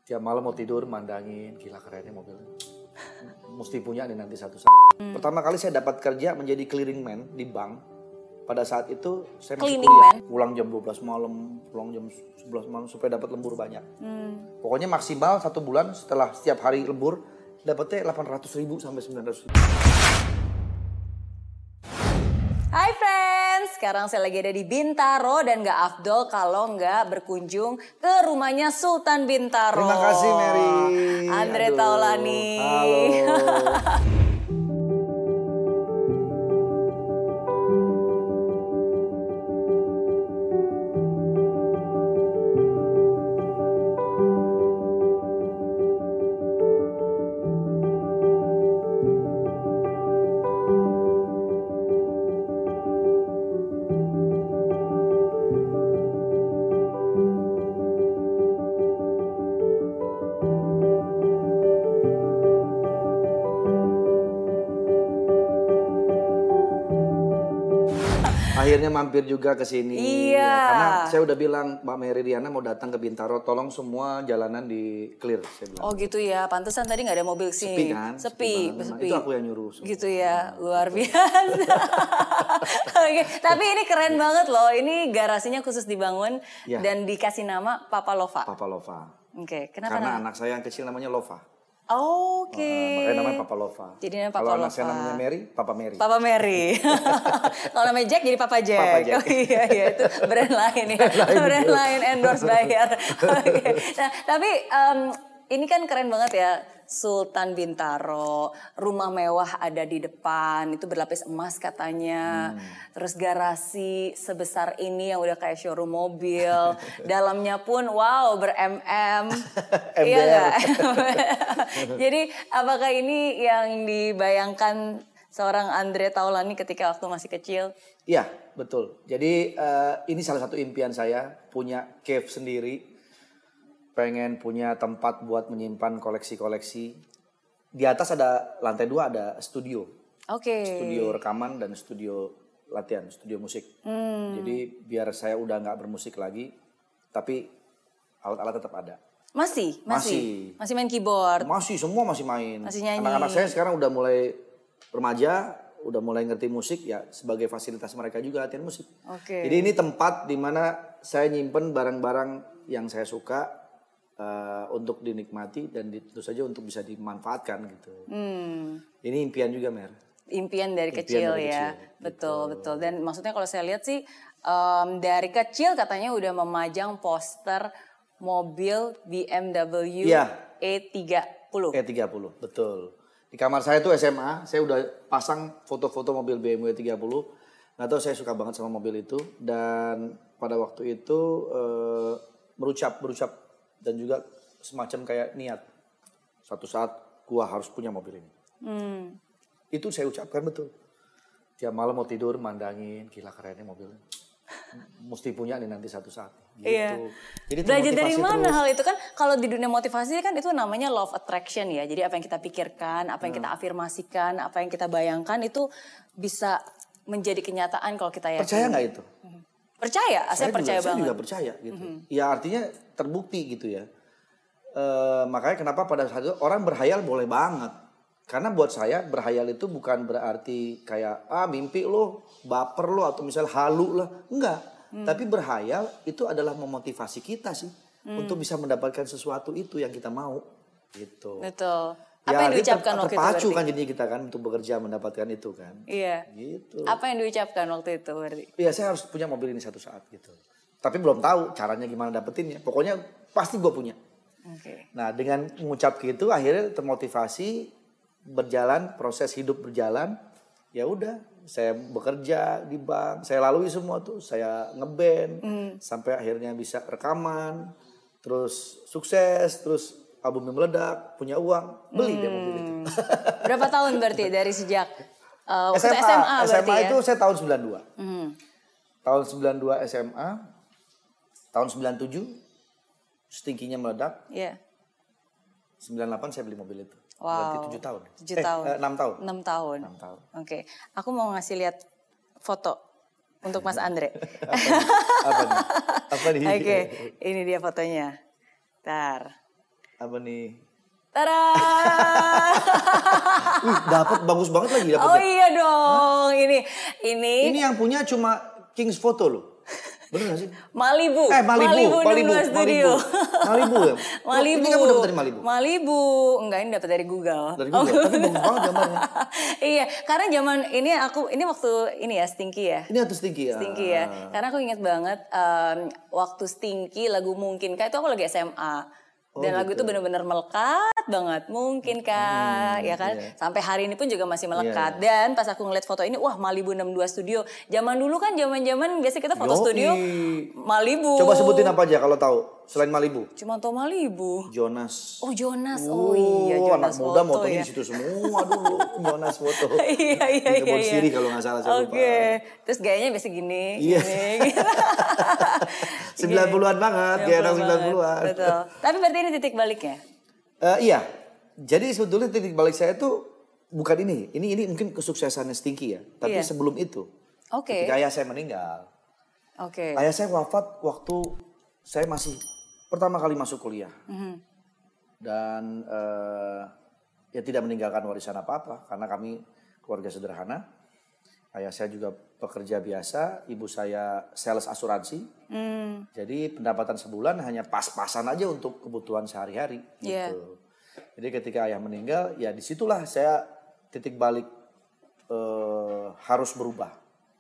Tiap malam mau tidur mandangin, gila kerennya mobilnya. Mesti punya nih nanti satu saat. Pertama kali saya dapat kerja menjadi clearing man di bank. Pada saat itu saya masih kuliah. Pulang jam 12 malam, pulang jam 11 malam supaya dapat lembur banyak. Pokoknya maksimal 1 bulan setelah setiap hari lembur dapatnya 800.000 sampai 900.000. Hai friends, sekarang saya lagi ada di Bintaro dan gak afdol kalau gak berkunjung ke rumahnya Sultan Bintaro. Terima kasih Mary. Andre Taulani. Halo. Akhirnya mampir juga ke sini. Iya. Ya, karena saya udah bilang Mbak Mary Riana mau datang ke Bintaro, tolong semua jalanan di clear. Saya bilang. Oh gitu ya, pantesan tadi gak ada mobil sini. Sepi kan? Sepi. Itu aku yang nyuruh. Gitu ya, luar biasa. Oke, tapi ini keren banget loh. Ini garasinya khusus dibangun dan dikasih nama Papa Lova. Papa Lova. Oke, kenapa Karena anak saya yang kecil namanya Lova. Oke. Makanya namanya Papa Lova. Jadi namanya Papa Kalau Lova. anak saya namanya Mary, Papa Mary. Papa Mary. Kalau namanya Jack jadi Papa Jack. Papa Jack. Oh iya itu brand lain ya. Brand lain endorse bayar. Oke. Nah, tapi ini kan keren banget ya. Sultan Bintaro, rumah mewah ada di depan, itu berlapis emas katanya. Terus garasi sebesar ini yang udah kayak showroom mobil. Dalamnya pun wow ber-MM. Iya nggak? Jadi apakah ini yang dibayangkan seorang Andre Taulani ketika waktu masih kecil? Iya, betul. Jadi ini salah satu impian saya, punya cave sendiri. Pengen punya tempat buat menyimpan koleksi-koleksi. Di atas ada lantai 2 ada studio. Oke. Studio rekaman dan studio latihan, studio musik. Jadi biar saya udah nggak bermusik lagi, tapi alat-alat tetap ada. Masih main keyboard. Masih, semua masih main. Masih nyanyi. Anak-anak saya sekarang udah mulai remaja, udah mulai ngerti musik ya, sebagai fasilitas mereka juga latihan musik. Oke. Jadi ini tempat di mana saya nyimpen barang-barang yang saya suka. Untuk dinikmati dan tentu saja untuk bisa dimanfaatkan gitu. Ini impian juga Mer. Impian dari kecil ya, betul. Dan maksudnya kalau saya lihat sih dari kecil katanya udah memajang poster mobil BMW E30. E30 betul. Di kamar saya tuh SMA, saya udah pasang foto-foto mobil BMW E30. Nggak tahu saya suka banget sama mobil itu dan pada waktu itu berucap dan juga semacam kayak niat suatu saat gua harus punya mobil ini. Itu saya ucapkan betul. Tiap malam mau tidur mandangin, gila kerennya mobilnya. Mesti punya nih nanti satu saat. Gitu. Iya. Jadi belajar dari mana terus. hal itu kan? Kalau di dunia motivasi kan itu namanya law of attraction ya. Jadi apa yang kita pikirkan, apa yang kita afirmasikan, apa yang kita bayangkan itu bisa menjadi kenyataan kalau kita yakin. Percaya nggak itu? Percaya, saya percaya banget. Saya juga percaya gitu. Ya artinya terbukti gitu ya. Makanya kenapa pada saat itu orang berhayal boleh banget. Karena buat saya berhayal itu bukan berarti kayak mimpi lo, baper lo atau misalnya halu lah. Enggak. Tapi berhayal itu adalah memotivasi kita sih. Untuk bisa mendapatkan sesuatu itu yang kita mau. Gitu. Betul. Apa yang diucapkan waktu itu? Terpacu kan jadinya kita kan untuk bekerja mendapatkan itu kan. Iya. Gitu. Apa yang diucapkan waktu itu berarti? Iya, saya harus punya mobil ini satu saat gitu. Tapi belum tahu caranya gimana dapetinnya. Pokoknya pasti gue punya. Okay. Nah, dengan mengucap gitu akhirnya termotivasi berjalan, proses hidup berjalan. Ya udah, saya bekerja di bank, saya lalui semua tuh, saya ngeband sampai akhirnya bisa rekaman, terus sukses, terus albumnya meledak, punya uang, beli deh mobil itu. Berapa tahun berarti dari sejak SMA berarti itu ya? saya tahun 92. Tahun 92 SMA, tahun 97 stinkinya meledak. Iya. 98 saya beli mobil itu. Wow. Berarti 7 tahun. 7 tahun. 6 tahun. 6 tahun. 6 tahun. Oke. Aku mau ngasih lihat foto untuk Mas Andre. Apa nih? Oke, ini dia fotonya. Bentar. Apa nih? Tada! Dapat bagus banget lagi dapetnya. Oh iya dong, Ini yang punya cuma Kings Photo loh. Bener gak sih? Malibu. Malibu 16 Studio. Malibu ya? Malibu. Ini kamu dapat dari Malibu? Malibu. Enggak, ini dapat dari Google. Dari Google, tapi bagus banget gambarnya. Iya, karena zaman ini waktu ini ya Stinky ya. Ini atau Stinky ya? Stinky ya. Karena aku ingat banget waktu Stinky lagu Mungkin Kah itu aku lagi SMA. Dan lagu itu benar-benar melekat banget. Mungkin Kah, ya kan? Iya. Sampai hari ini pun juga masih melekat. Dan pas aku ngeliat foto ini, wah Malibu 62 Studio. Zaman dulu kan zaman biasa kita foto studio Malibu. Coba sebutin apa aja kalau tahu selain Malibu. Cuma tau Malibu. Jonas. Oh Jonas, oh iya Jonas anak muda foto motonya ya. di situ semua dulu. Jonas foto. Iya. Di Kebon Siri kalau nggak salah saya lupa. Oke, terus gayanya biasa gini, Iya. gini. 90-an banget, kayak anak 90-an. Betul. Tapi berarti ini titik baliknya. Iya. Jadi sebetulnya titik balik saya tuh bukan ini. Ini mungkin kesuksesannya Stinky ya. Tapi Iya. sebelum itu. Oke. Ketika ayah saya meninggal. Oke. Ayah saya wafat waktu saya masih pertama kali masuk kuliah. Dan ya tidak meninggalkan warisan apa-apa. Karena kami keluarga sederhana. Ayah saya juga pekerja biasa. Ibu saya sales asuransi. Jadi pendapatan sebulan hanya pas-pasan aja untuk kebutuhan sehari-hari. Iya. Gitu. Jadi ketika ayah meninggal, ya disitulah saya titik balik harus berubah.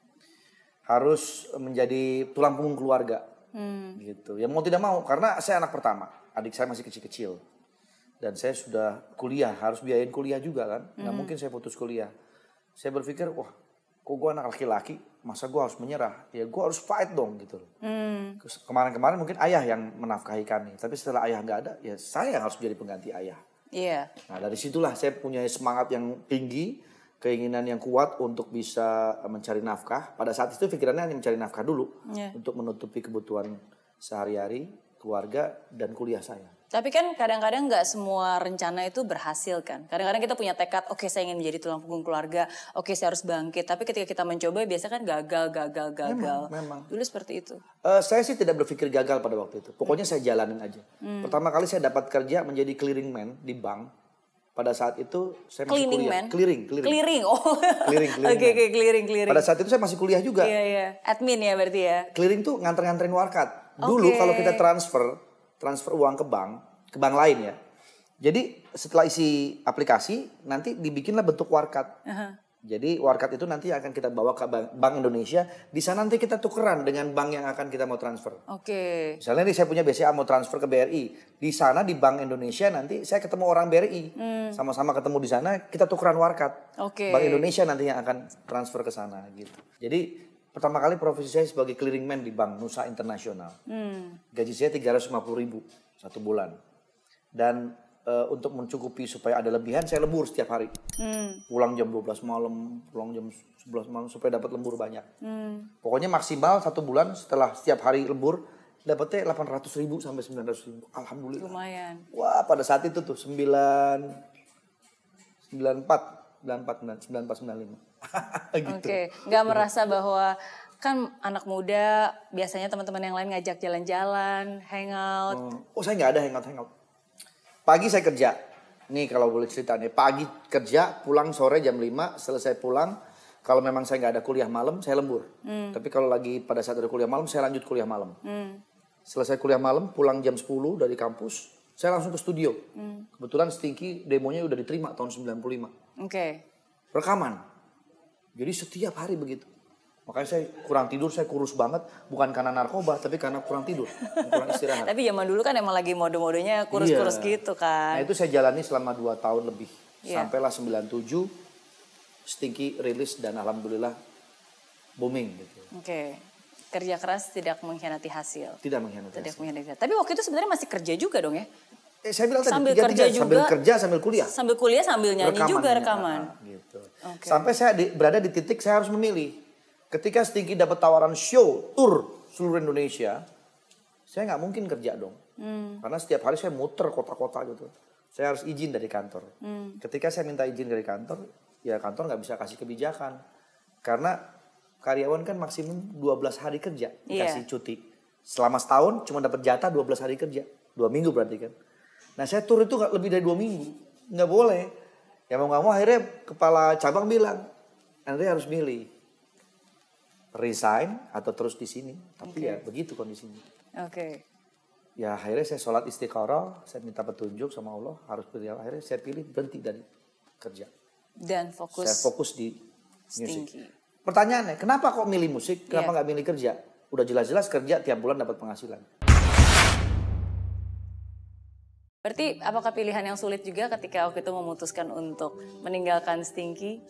Harus menjadi tulang punggung keluarga. Gitu. Ya mau tidak mau, karena saya anak pertama. Adik saya masih kecil-kecil. Dan saya sudah kuliah, harus biayain kuliah juga kan. Nggak mungkin saya putus kuliah. Saya berpikir, wah kok gue anak laki-laki, masa gue harus menyerah? Ya gue harus fight dong gitu loh. Kemarin-kemarin mungkin ayah yang menafkahi kami. Tapi setelah ayah nggak ada, ya saya yang harus menjadi pengganti ayah. Iya. Nah dari situlah saya punya semangat yang tinggi, keinginan yang kuat untuk bisa mencari nafkah. Pada saat itu pikirannya hanya mencari nafkah dulu. Untuk menutupi kebutuhan sehari-hari, keluarga, dan kuliah saya. Tapi kan kadang-kadang nggak semua rencana itu berhasil kan. Kadang-kadang kita punya tekad, oke saya ingin menjadi tulang punggung keluarga, oke saya harus bangkit. Tapi ketika kita mencoba biasa kan gagal. Memang. Dulu seperti itu. Saya sih tidak berpikir gagal pada waktu itu. Pokoknya saya jalanin aja. Pertama kali saya dapat kerja menjadi clearing man di bank. Pada saat itu saya masih Cleaning kuliah. man? Clearing. Oh. Clearing. Oke, clearing. Pada saat itu saya masih kuliah juga. Iya. Admin ya berarti ya. Clearing tuh nganterin warkat. Dulu kalau kita transfer uang ke bank lain ya. Jadi setelah isi aplikasi nanti dibikinlah bentuk warkat. Jadi warkat itu nanti akan kita bawa ke Bank Indonesia. Di sana nanti kita tukeran dengan bank yang akan kita mau transfer. Oke. Misalnya nih saya punya BCA mau transfer ke BRI. Di sana di Bank Indonesia nanti saya ketemu orang BRI. Sama-sama ketemu di sana kita tukeran warkat. Oke. Bank Indonesia nanti yang akan transfer ke sana gitu. Jadi pertama kali profesi saya sebagai clearing man di Bank Nusa Internasional. Gaji saya 350.000 satu bulan. Dan untuk mencukupi supaya ada lebihan saya lembur setiap hari. Pulang jam 12 malam, pulang jam 11 malam supaya dapat lembur banyak. Pokoknya maksimal satu bulan setelah setiap hari lembur dapatnya 800.000 sampai 900.000. Alhamdulillah. Lumayan. Wah pada saat itu tuh 94, 95. Gitu. Oke, nggak merasa bahwa kan anak muda biasanya teman-teman yang lain ngajak jalan-jalan, hangout. Oh saya nggak ada hangout. Pagi saya kerja. Nih kalau boleh cerita nih. Pagi kerja, pulang sore jam 5. Selesai pulang. Kalau memang saya nggak ada kuliah malam, saya lembur. Tapi kalau lagi pada saat ada kuliah malam, saya lanjut kuliah malam. Selesai kuliah malam, pulang jam 10 dari kampus. Saya langsung ke studio. Kebetulan Stinky demonya udah diterima tahun 95. Oke. Rekaman. Jadi setiap hari begitu. Makanya saya kurang tidur, saya kurus banget. Bukan karena narkoba, tapi karena kurang tidur. Kurang istirahat. Tapi zaman dulu kan emang lagi mode-modenya kurus-kurus gitu kan. Nah itu saya jalani selama 2 tahun lebih. Iya. Sampailah 97, Stinky rilis dan alhamdulillah booming gitu. Oke. Kerja keras tidak mengkhianati hasil. Tidak mengkhianati. Tidak mengkhianati hasil. Tapi waktu itu sebenarnya masih kerja juga dong ya? Saya bilang tadi, Sambil 3-3, kerja juga. sambil kerja, sambil kuliah. Sambil kuliah, sambil nyanyi juga rekaman. Gitu. Oke. Sampai saya berada di titik saya harus memilih. Ketika Stinky dapat tawaran show, tour seluruh Indonesia, saya nggak mungkin kerja dong. Karena setiap hari saya muter kota-kota gitu. Saya harus izin dari kantor. Ketika saya minta izin dari kantor, ya kantor nggak bisa kasih kebijakan. Karena karyawan kan maksimum 12 hari kerja dikasih cuti. Selama setahun cuma dapat jatah 12 hari kerja. 2 minggu berarti kan. Nah saya tur itu lebih dari 2 minggu. Nggak boleh. Ya mau nggak mau akhirnya kepala cabang bilang, Andre harus milih. Resign atau terus di sini. Tapi ya begitu kondisinya. Oke. Ya akhirnya saya sholat istiqoroh, saya minta petunjuk sama Allah, harus pilih. Akhirnya saya pilih berhenti dari kerja. Dan fokus. Saya fokus di musik. Stinky. Pertanyaannya, kenapa kok milih musik? Kenapa nggak milih kerja? Udah jelas-jelas kerja tiap bulan dapat penghasilan. Berarti apakah pilihan yang sulit juga ketika waktu itu memutuskan untuk meninggalkan Stinky?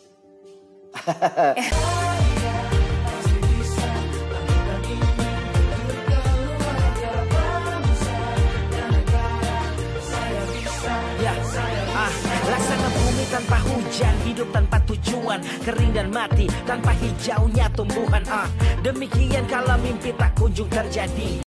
Laksana bumi tanpa hujan, hidup tanpa tujuan, kering dan mati tanpa hijaunya tumbuhan. Demikian kalau mimpi tak kunjung terjadi,